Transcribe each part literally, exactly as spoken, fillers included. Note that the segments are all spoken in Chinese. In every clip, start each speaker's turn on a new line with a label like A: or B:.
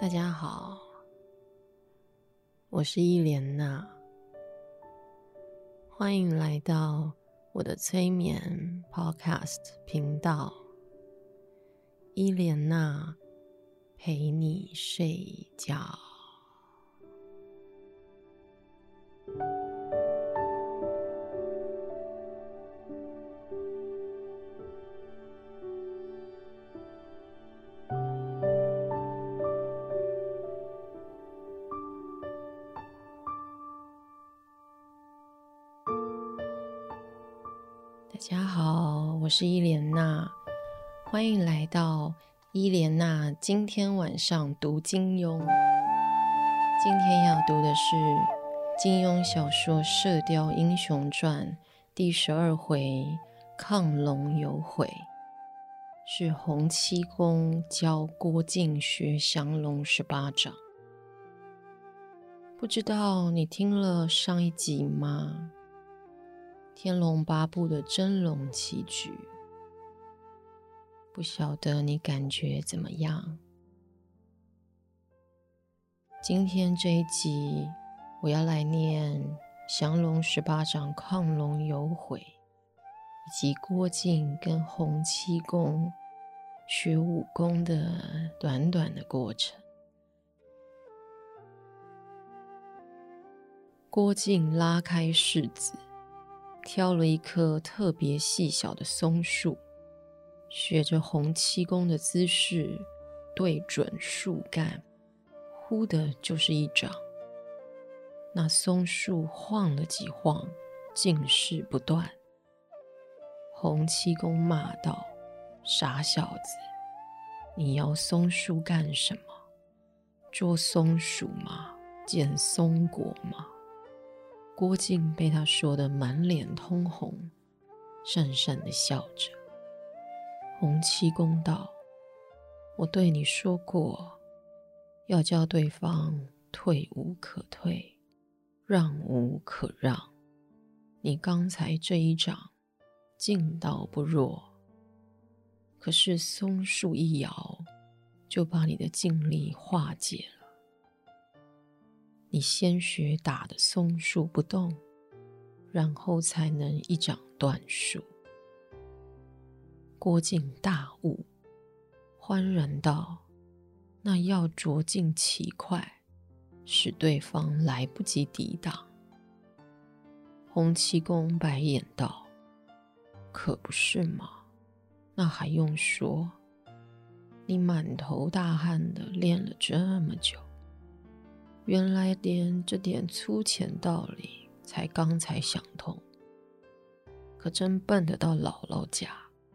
A: 大家好，我是伊莲娜，欢迎来到我的催眠 Podcast 频道，伊莲娜陪你睡觉。大家好，我是伊莲娜，欢迎来到伊莲娜今天晚上读金庸。今天要读的是金庸小说《射雕英雄传》第十二回亢龙有悔，是洪七公教郭靖学降龙十八掌。不知道你听了上一集吗？天龙八部的真龙棋局，不晓得你感觉怎么样？今天这一集我要来念降龙十八掌亢龙有悔，以及郭靖跟洪七公学武功的短短的过程。郭靖拉开柿子，挑了一棵特别细小的松树，学着洪七公的姿势，对准树干，忽的就是一掌。那松树晃了几晃，竟是不断。洪七公骂道：“傻小子，你摇松树干什么？捉松鼠吗？捡松果吗？”郭靖被他说得满脸通红，讪讪地笑着。洪七公道：“我对你说过，要叫对方退无可退，让无可让。你刚才这一掌劲道不弱，可是松树一摇，就把你的劲力化解了。你先学打的松树不动，然后才能一掌断树。”郭靖大悟，欢然道：“那要着劲奇快，使对方来不及抵挡。”洪七公白眼道：“可不是嘛，那还用说？你满头大汗的练了这么久，原来连这点粗浅道理才刚才想通，可真笨得到姥姥家。”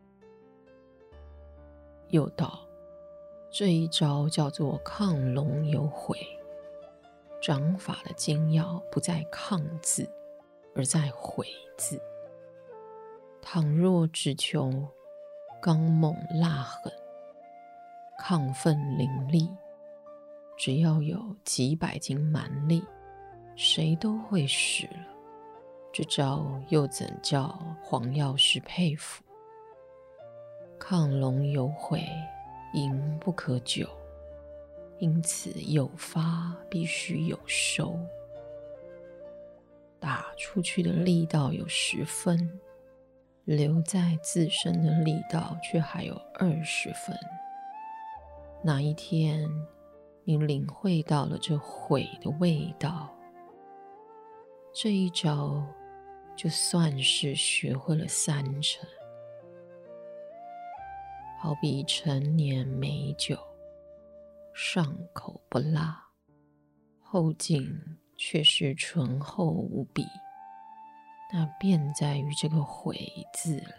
A: 又道：“这一招叫做亢龙有悔，掌法的精要不在亢字，而在悔字。倘若只求刚猛辣狠，亢奋凌厉，只要有几百斤蛮力，谁都会使了。这招又怎叫黄药师佩服？亢龙有悔，赢不可久，因此有发必须有收。打出去的力道有十分，留在自身的力道却还有二十分。哪一天你领会到了这悔的味道，这一招就算是学会了三成。好比陈年美酒，上口不辣，后劲却是醇厚无比，那便在于这个悔字了。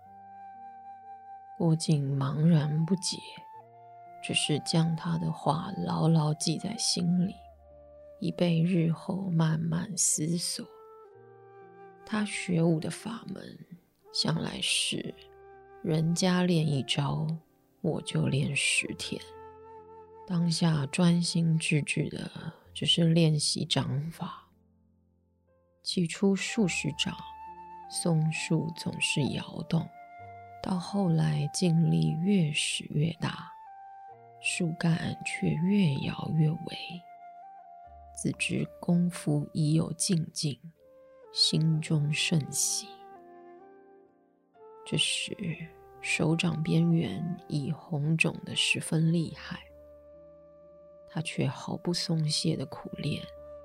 A: 郭靖茫然不解，只是将他的话牢牢记在心里，以备日后慢慢思索。他学武的法门向来是人家练一招，我就练十天。当下专心致志的只是练习掌法。起初数十掌，松树总是摇动，到后来劲力越使越大， 树干却越摇越微，自知功夫已有进境，心中甚喜。这时手掌边缘已红肿得十分厉害，他却毫不松懈地苦练。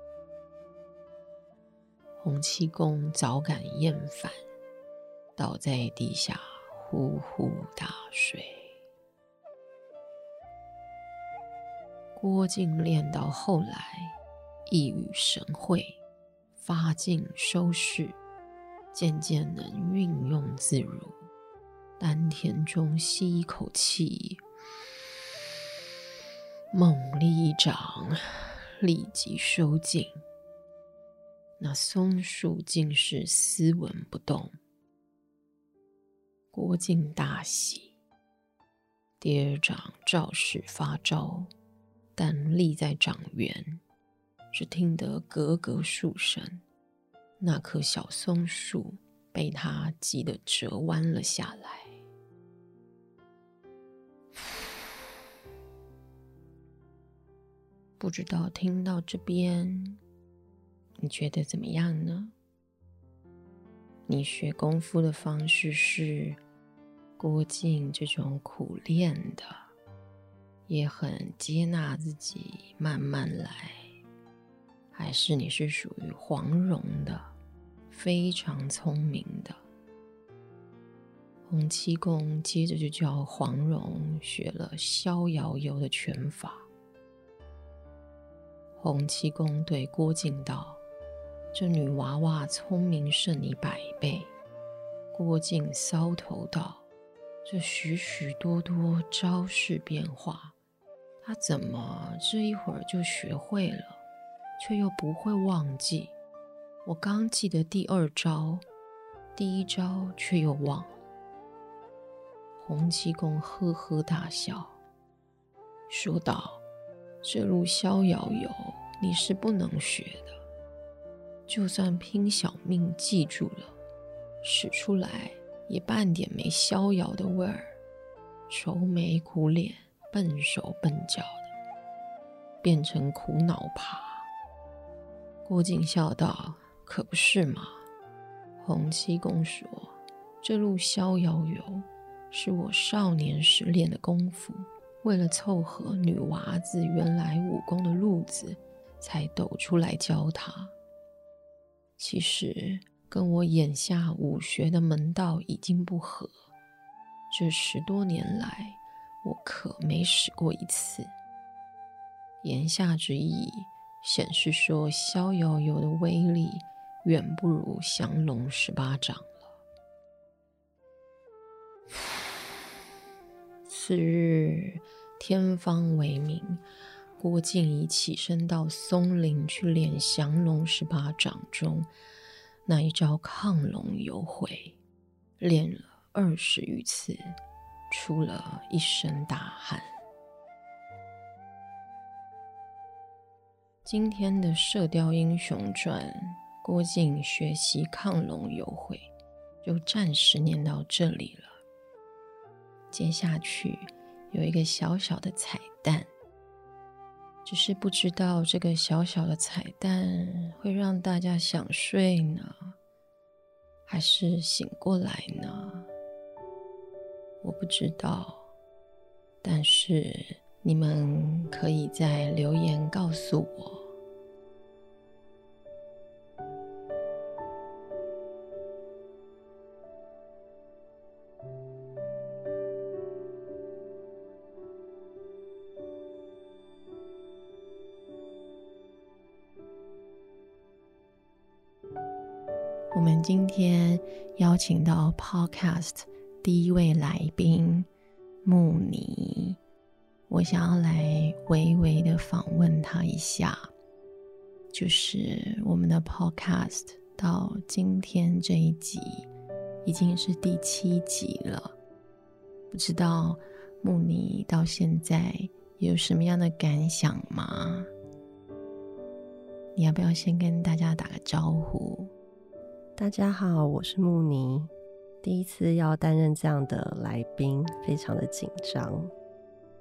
A: 洪七公早感厌烦，倒在地下呼呼大睡。郭靖练到后来一语神会，发劲收势，渐渐能运用自如，丹田中吸一口气，猛力一掌，立即收劲。那松树竟是斯文不动。郭靖大喜，第二掌照式发招，但立在掌缘，只听得咯咯数声，那棵小松树被他击得折弯了下来。不知道听到这边你觉得怎么样呢？你学功夫的方式是郭靖这种苦练的，也很接纳自己慢慢来，还是你是属于黄蓉的，非常聪明的？洪七公接着就教黄蓉学了逍遥游的拳法。洪七公对郭靖道：这女娃娃聪明胜你百倍。郭靖搔头道：这许许多多招式变化，她怎么这一会儿就学会了，却又不会忘记？我刚记得第二招，第一招却又忘了。洪七公呵呵大笑，说道：这路逍遥游你是不能学的，就算拼小命记住了，使出来也半点没逍遥的味儿，愁眉苦脸，笨手笨脚的，变成苦恼爬。郭靖笑道：可不是嘛。洪七公说：这路逍遥游是我少年时练的功夫，为了凑合女娃子原来武功的路子，才抖出来教她。其实跟我眼下武学的门道已经不合，这十多年来我可没使过一次。言下之意显示说，逍遥游的威力远不如降龙十八掌了。次日天方为明，郭靖已起身到松林去练降龙十八掌中那一招亢龙有悔，练了二十余次，出了一身大汗。今天的《射雕英雄传》，郭靖学习亢龙有悔就暂时念到这里了。接下去有一个小小的彩蛋，只是不知道这个小小的彩蛋会让大家想睡呢，还是醒过来呢？我不知道，但是你们可以在留言告诉我。我们今天邀请到 Podcast 第一位来宾木尼，我想要来微微的访问他一下，就是我们的 Podcast 到今天这一集已经是第七集了，不知道木尼到现在有什么样的感想吗？你要不要先跟大家打个招呼？
B: 大家好，我是木尼，第一次要担任这样的来宾，非常的紧张。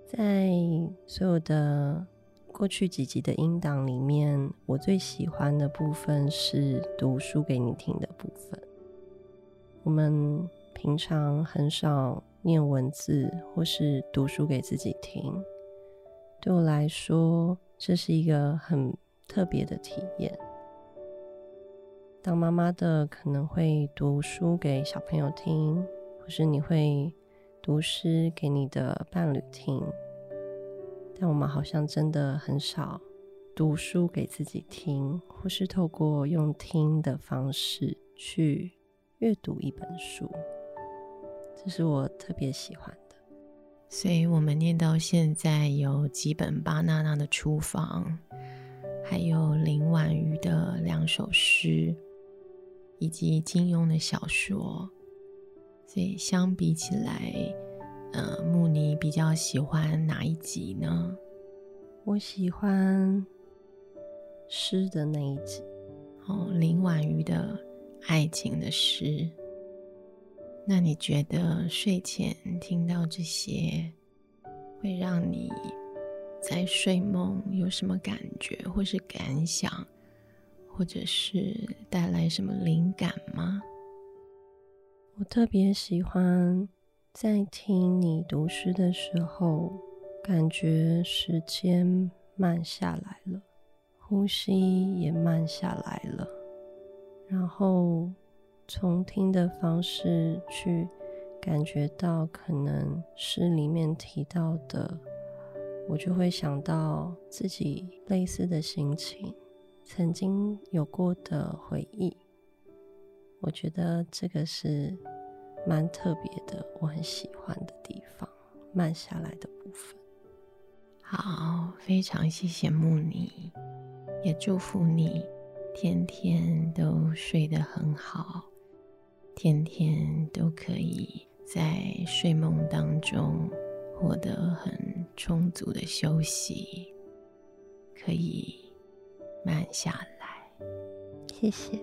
B: 在所有的过去几集的音档里面，我最喜欢的部分是读书给你听的部分。我们平常很少念文字或是读书给自己听，对我来说，这是一个很特别的体验。当妈妈的可能会读书给小朋友听，或是你会读诗给你的伴侣听，但我们好像真的很少读书给自己听，或是透过用听的方式去阅读一本书，这是我特别喜欢的。
A: 所以我们念到现在有几本巴娜娜的厨房，还有林婉瑜的两首诗，以及金庸的小说。所以相比起来，呃，慕尼比较喜欢哪一集呢？
B: 我喜欢诗的那一集。
A: 哦，林婉瑜的爱情的诗。那你觉得睡前听到这些，会让你在睡梦有什么感觉，或是感想，或者是带来什么灵感吗？
B: 我特别喜欢在听你读诗的时候，感觉时间慢下来了，呼吸也慢下来了，然后从听的方式去感觉到可能诗里面提到的，我就会想到自己类似的心情，曾经有过的回忆。我觉得这个是蛮特别的，我很喜欢的地方，慢下来的部分。
A: 好，非常谢谢慕尼，也祝福你天天都睡得很好，天天都可以在睡梦当中获得很充足的休息，可以慢下来。
B: 谢谢。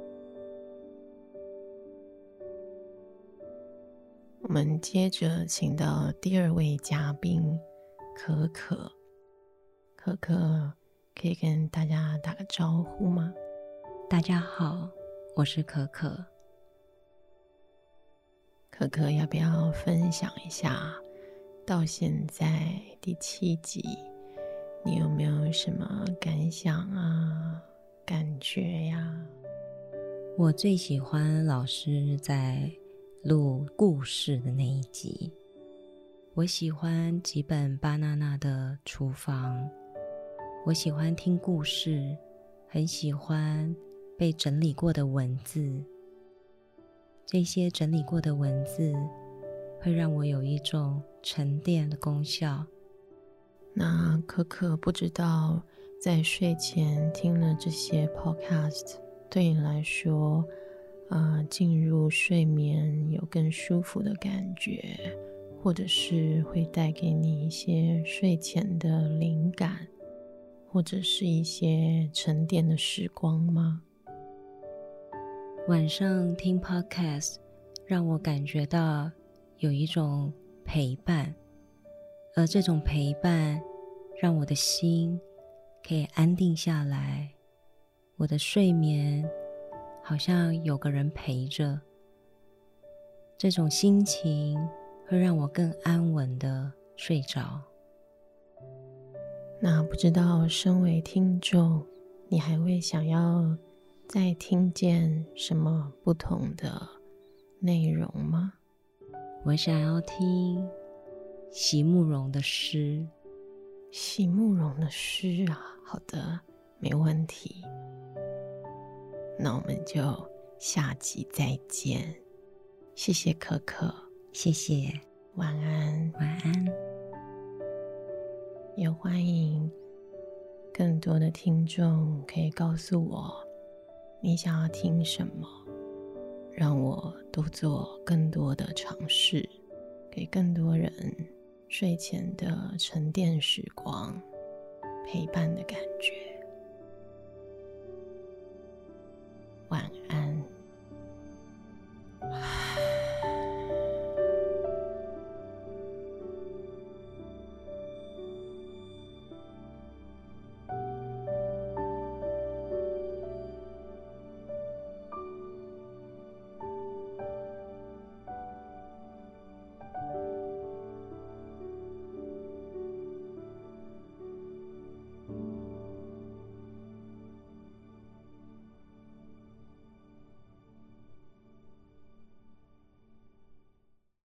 A: 我们接着请到第二位嘉宾可可。可可可以跟大家打个招呼吗？
C: 大家好，我是可可。
A: 可可要不要分享一下到现在第七集你有没有什么感想啊，感觉呀？
C: 我最喜欢老师在录故事的那一集，我喜欢几本巴娜娜的厨房，我喜欢听故事，很喜欢被整理过的文字。这些整理过的文字会让我有一种沉淀的功效。
A: 那可可不知道在睡前听了这些 podcast 对你来说呃，进入睡眠有更舒服的感觉，或者是会带给你一些睡前的灵感，或者是一些沉淀的时光吗？
C: 晚上听 podcast 让我感觉到有一种陪伴，而这种陪伴让我的心可以安定下来，我的睡眠好像有个人陪着，这种心情会让我更安稳地睡着。
A: 那不知道身为听众，你还会想要再听见什么不同的内容吗？
C: 我想要听席慕容的诗。
A: 席慕容的诗啊，好的，没问题。那我们就下集再见，谢谢可可，
C: 谢谢，
A: 晚安，
C: 晚安。
A: 也欢迎更多的听众可以告诉我你想要听什么，让我多做更多的尝试，给更多人睡前的沉淀时光，陪伴的感觉。